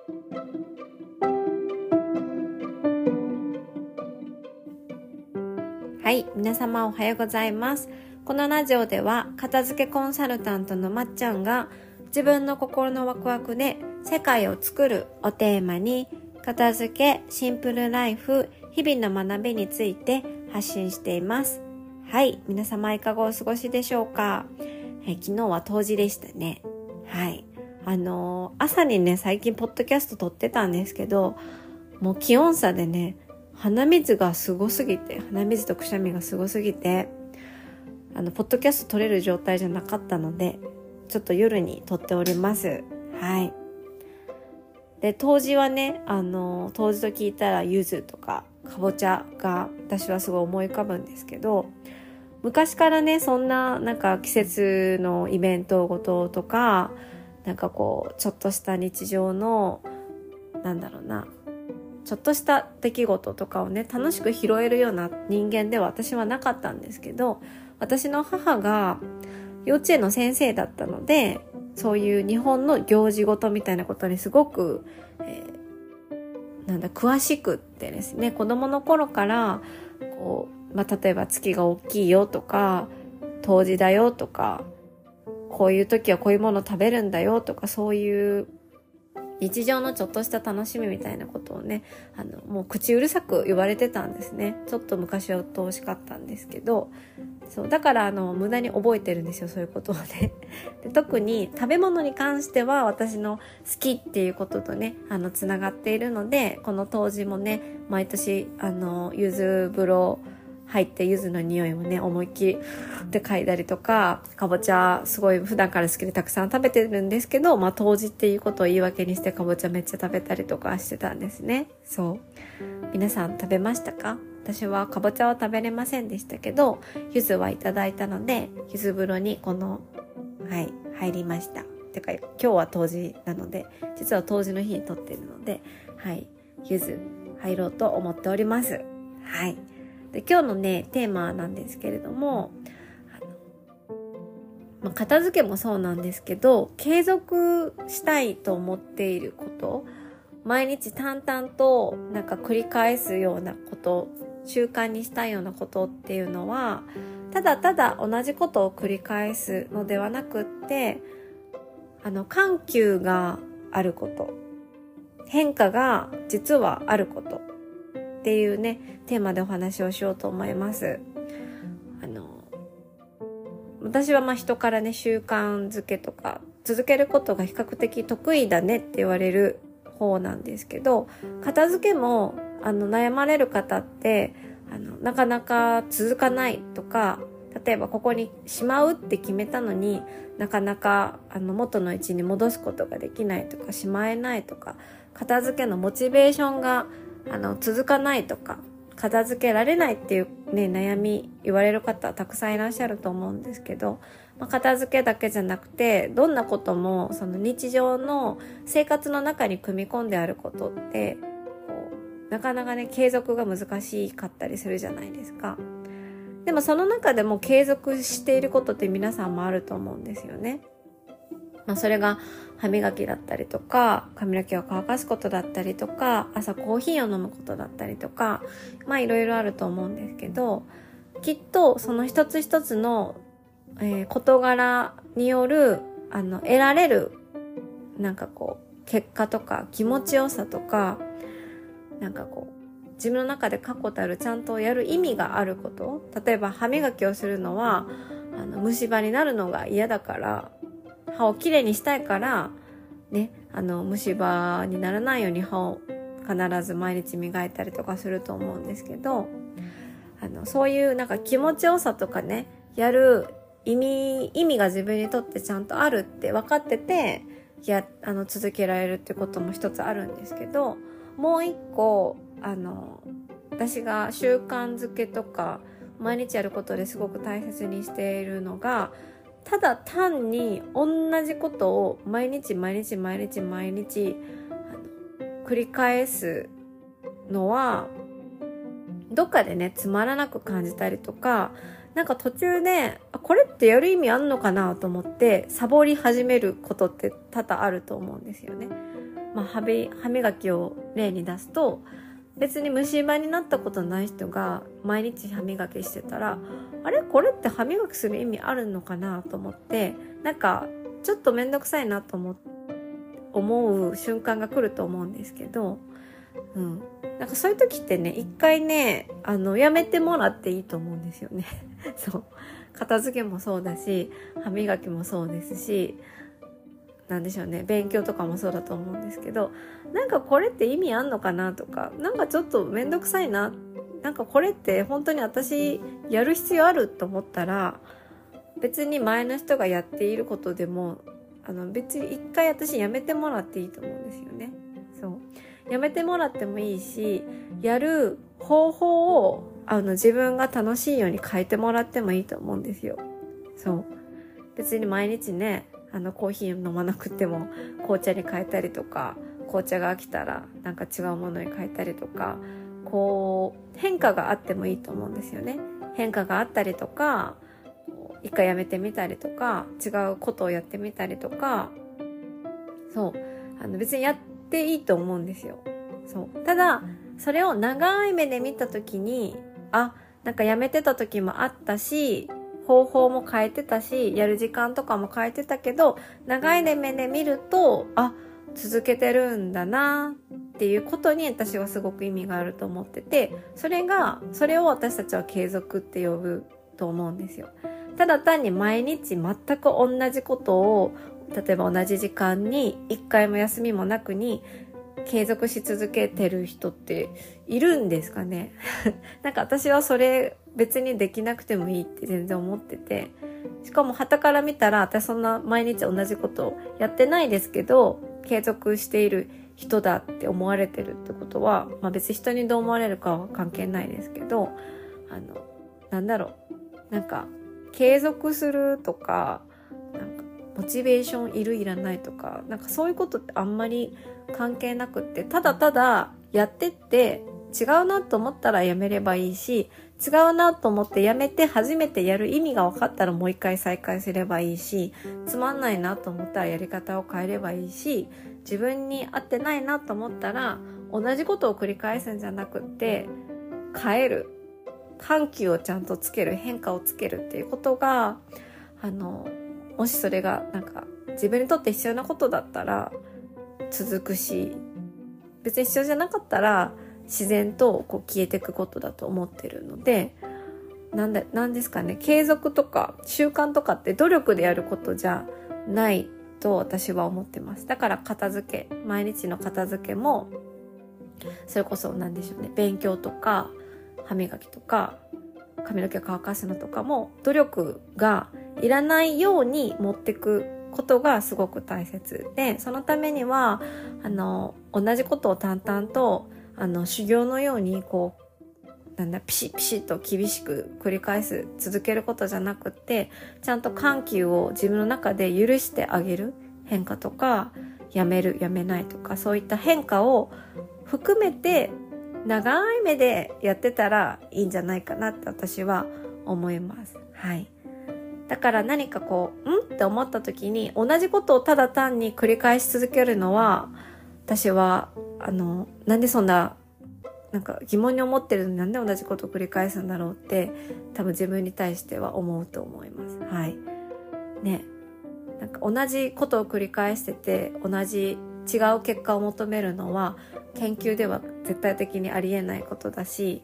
はい、皆様おはようございます。このラジオでは片付けコンサルタントのまっちゃんが自分の心のワクワクで世界を作るをテーマに片付け、シンプルライフ、日々の学びについて発信しています。はい、皆様いかがお過ごしでしょうか。昨日は冬至でしたね。はい、朝にね最近ポッドキャスト撮ってたんですけど、もう気温差でね鼻水がすごすぎて、鼻水とくしゃみがすごすぎて、ポッドキャスト撮れる状態じゃなかったので、ちょっと夜に撮っております。はい。で、冬至はね、冬至と聞いたら柚子とかかぼちゃが私はすごい思い浮かぶんですけど、昔からね、そんななんか季節のイベントごととか、なんかこう、ちょっとした日常の、ちょっとした出来事とかをね楽しく拾えるような人間では私はなかったんですけど、私の母が幼稚園の先生だったので、そういう日本の行事ごとみたいなことにすごく、詳しくってですね、子供の頃からこう、例えば月が大きいよとか冬至だよとか、こういう時はこういうもの食べるんだよとか、そういう日常のちょっとした楽しみみたいなことをね、もう口うるさく言われてたんですね。ちょっと昔は鬱陶しかったんですけど、そうだから無駄に覚えてるんですよ、そういうことをね。で、特に食べ物に関しては私の好きっていうこととねつながっているので、この冬至もね毎年柚子風呂入って柚子の匂いをね思いっきりで嗅いだりとか、かぼちゃすごい普段から好きでたくさん食べてるんですけど、冬至っていうことを言い訳にしてかぼちゃめっちゃ食べたりとかしてたんですね。そう、皆さん食べましたか？私はかぼちゃは食べれませんでしたけど、柚子はいただいたので、柚子風呂に入りました。てか今日は冬至なので、実は冬至の日に撮ってるので、柚子入ろうと思っております。はい。で、今日のねテーマなんですけれども、片付けもそうなんですけど、継続したいと思っていること、毎日淡々と繰り返すようなこと、習慣にしたいようなことっていうのは、ただただ同じことを繰り返すのではなくって、緩急があること、変化が実はあることっていうねテーマでお話をしようと思います。私は人からね習慣づけとか続けることが比較的得意だねって言われる方なんですけど、片付けも悩まれる方ってなかなか続かないとか、例えばここにしまうって決めたのになかなか元の位置に戻すことができないとか、しまえないとか、片付けのモチベーションが続かないとか、片付けられないっていうね悩み言われる方たくさんいらっしゃると思うんですけど、片付けだけじゃなくてどんなこともその日常の生活の中に組み込んであることってなかなかね継続が難しかったりするじゃないですか。でもその中でも継続していることって皆さんもあると思うんですよね。それが歯磨きだったりとか、髪の毛を乾かすことだったりとか、朝コーヒーを飲むことだったりとか、いろいろあると思うんですけど、きっとその一つ一つの、事柄による得られる結果とか気持ちよさとか、自分の中で確固たるちゃんとやる意味があること。例えば歯磨きをするのは虫歯になるのが嫌だから、歯をきれいにしたいからね、虫歯にならないように歯を必ず毎日磨いたりとかすると思うんですけど、そういう気持ちよさとかね、やる意味が自分にとってちゃんとあるって分かってて続けられるってことも一つあるんですけど、もう一個私が習慣づけとか毎日やることですごく大切にしているのが、ただ単に同じことを毎日繰り返すのはどっかでねつまらなく感じたりとか、途中でこれってやる意味あんのかなと思ってサボり始めることって多々あると思うんですよね。 歯磨きを例に出すと、別に虫歯になったことない人が毎日歯磨きしてたら、あれこれって歯磨きする意味あるのかなと思って、なんかちょっとめんどくさいなと思う瞬間が来ると思うんですけど、なんかそういう時ってね、一回ね、やめてもらっていいと思うんですよね。そう。片付けもそうだし、歯磨きもそうですし、なんでしょうね、勉強とかもそうだと思うんですけど、なんかこれって意味あんのかなとか、なんかちょっとめんどくさいな、なんかこれって本当に私やる必要あると思ったら、別に前の人がやっていることでも別に一回私やめてもらっていいと思うんですよね。そうやめてもらってもいいし、やる方法を自分が楽しいように変えてもらってもいいと思うんですよ。そう別に毎日ねコーヒー飲まなくても紅茶に変えたりとか、紅茶が飽きたらなんか違うものに変えたりとか、こう変化があってもいいと思うんですよね。変化があったりとか、一回やめてみたりとか、違うことをやってみたりとか、そう別にやっていいと思うんですよ。そうただそれを長い目で見た時に、なんかやめてた時もあったし、方法も変えてたし、やる時間とかも変えてたけど、長い目で見ると続けてるんだなっていうことに私はすごく意味があると思ってて、それを私たちは継続って呼ぶと思うんですよ。ただ単に毎日全く同じことを、例えば同じ時間に一回も休みもなくに継続し続けてる人っているんですかね。なんか私はそれ別にできなくてもいいって全然思ってて、しかも傍から見たら私そんな毎日同じことをやってないですけど継続している人だって思われてるってことは、別に人にどう思われるかは関係ないですけど、なんか継続するとか、なんかモチベーションいるいらないとか、なんかそういうことってあんまり関係なくって、ただただやってって違うなと思ったらやめればいいし、違うなと思ってやめて初めてやる意味が分かったらもう一回再開すればいいし、つまんないなと思ったらやり方を変えればいいし、自分に合ってないなと思ったら同じことを繰り返すんじゃなくって変える、緩急をちゃんとつける、変化をつけるっていうことがもしそれがなんか自分にとって必要なことだったら続くし、別に必要じゃなかったら自然とこう消えていくことだと思ってるので、なんですかね、継続とか習慣とかって努力でやることじゃないと私は思ってます。だから毎日の片付けもそれこそなんでしょうね、勉強とか歯磨きとか髪の毛を乾かすのとかも努力がいらないように持ってくことがすごく大切で、そのためには同じことを淡々と修行のようにピシッピシッと厳しく繰り返す、続けることじゃなくって、ちゃんと緩急を自分の中で許してあげる、変化とかやめるやめないとか、そういった変化を含めて長い目でやってたらいいんじゃないかなって私は思います。はい。だから何かって思った時に同じことをただ単に繰り返し続けるのは、私はなんでそんななんか疑問に思ってるのになんで同じことを繰り返すんだろうって多分自分に対しては思うと思います。はい。ね。なんか同じことを繰り返してて違う結果を求めるのは研究では絶対的にありえないことだし、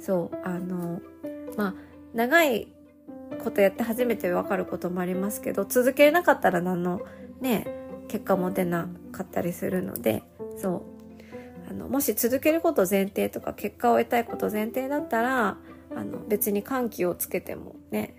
長いことやって初めて分かることもありますけど、続けなかったら何のね結果も出なかったりするので、もし続けること前提とか結果を得たいこと前提だったら別に緩急をつけてもね、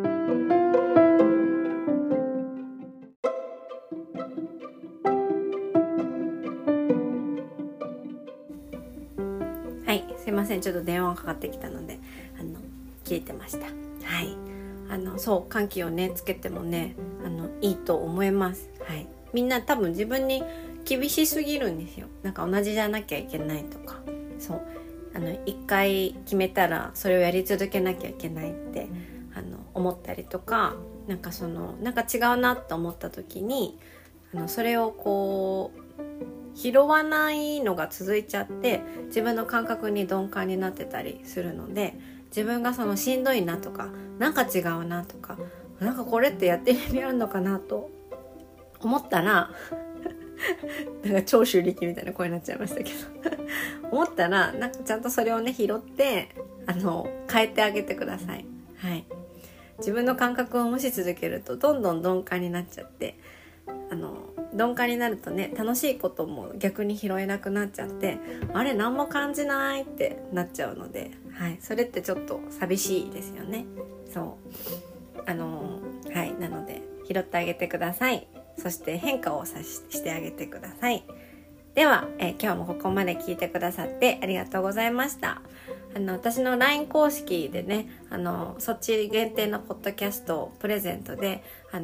はい、すいません、ちょっと電話がかかってきたので切れてました。はい、緩急をねつけてもねいいと思います。はい、みんな多分自分に厳しすぎるんですよ。なんか同じじゃなきゃいけないとか、一回決めたらそれをやり続けなきゃいけないって思ったりとか、なんか違うなと思った時にそれを拾わないのが続いちゃって自分の感覚に鈍感になってたりするので、自分がそのしんどいなとかなんか違うなとかなんかこれってやってる意味あるのかなと思ったらなんか長州力みたいな声になっちゃいましたけど思ったらなんかちゃんとそれをね拾って変えてあげてください。はい、自分の感覚を無視続けるとどんどん鈍感になっちゃって鈍感になるとね楽しいことも逆に拾えなくなっちゃってあれ何も感じないってなっちゃうので、はい、それってちょっと寂しいですよね。そうはいなので拾ってあげてください。そして変化をしてあげてください。では、今日もここまで聞いてくださってありがとうございました。私の LINE 公式でねそっち限定のポッドキャストをプレゼントで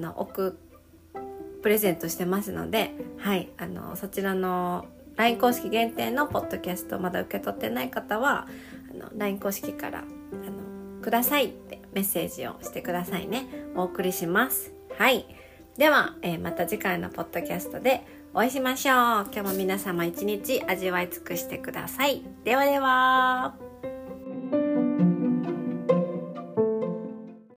プレゼントしてますので、はい、そちらの LINE 公式限定のポッドキャストまだ受け取ってない方はLINE 公式からくださいってメッセージをしてくださいね。お送りします。はい、では、また次回のポッドキャストでお会いしましょう。今日も皆様一日味わい尽くしてください。ではでは。